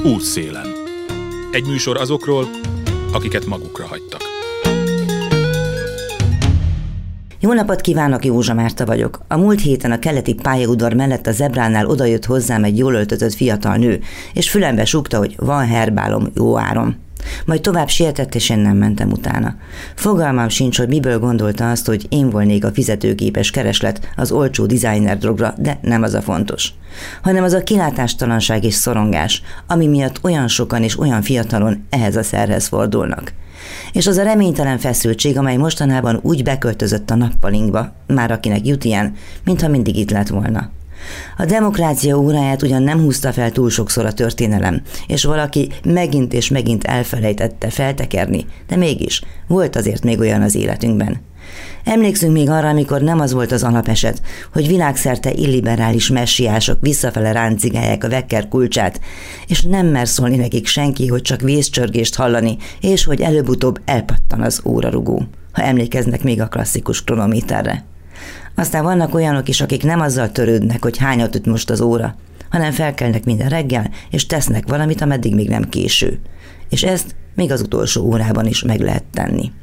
Útszélen. Egy műsor azokról, akiket magukra hagytak. Jó napot kívánok, Józsa Márta vagyok. A múlt héten a keleti pályaudvar mellett a Zebránál odajött hozzám egy jól öltözött fiatal nő, és fülembe súgta, hogy van herbálom jó áron. Majd tovább sietett, és én nem mentem utána. Fogalmam sincs, hogy miből gondolta azt, hogy én volnék a fizetőképes kereslet az olcsó designer drogra, de nem az a fontos. Hanem az a kilátástalanság és szorongás, ami miatt olyan sokan és olyan fiatalon ehhez a szerhez fordulnak. És az a reménytelen feszültség, amely mostanában úgy beköltözött a nappalinkba, már akinek jut ilyen, mintha mindig itt lett volna. A demokrácia óráját ugyan nem húzta fel túl sokszor a történelem, és valaki megint és megint elfelejtette feltekerni, de mégis volt azért még olyan az életünkben. Emlékszünk még arra, amikor nem az volt az alapeset, hogy világszerte illiberális messiások visszafele ráncigálják a vekker kulcsát, és nem mer szólni nekik senki, hogy csak vészcsörgést hallani, és hogy előbb-utóbb elpattan az órarugó, ha emlékeznek még a klasszikus kronométerre. Aztán vannak olyanok is, akik nem azzal törődnek, hogy hányat üt most az óra, hanem felkelnek minden reggel, és tesznek valamit, ameddig még nem késő. És ezt még az utolsó órában is meg lehet tenni.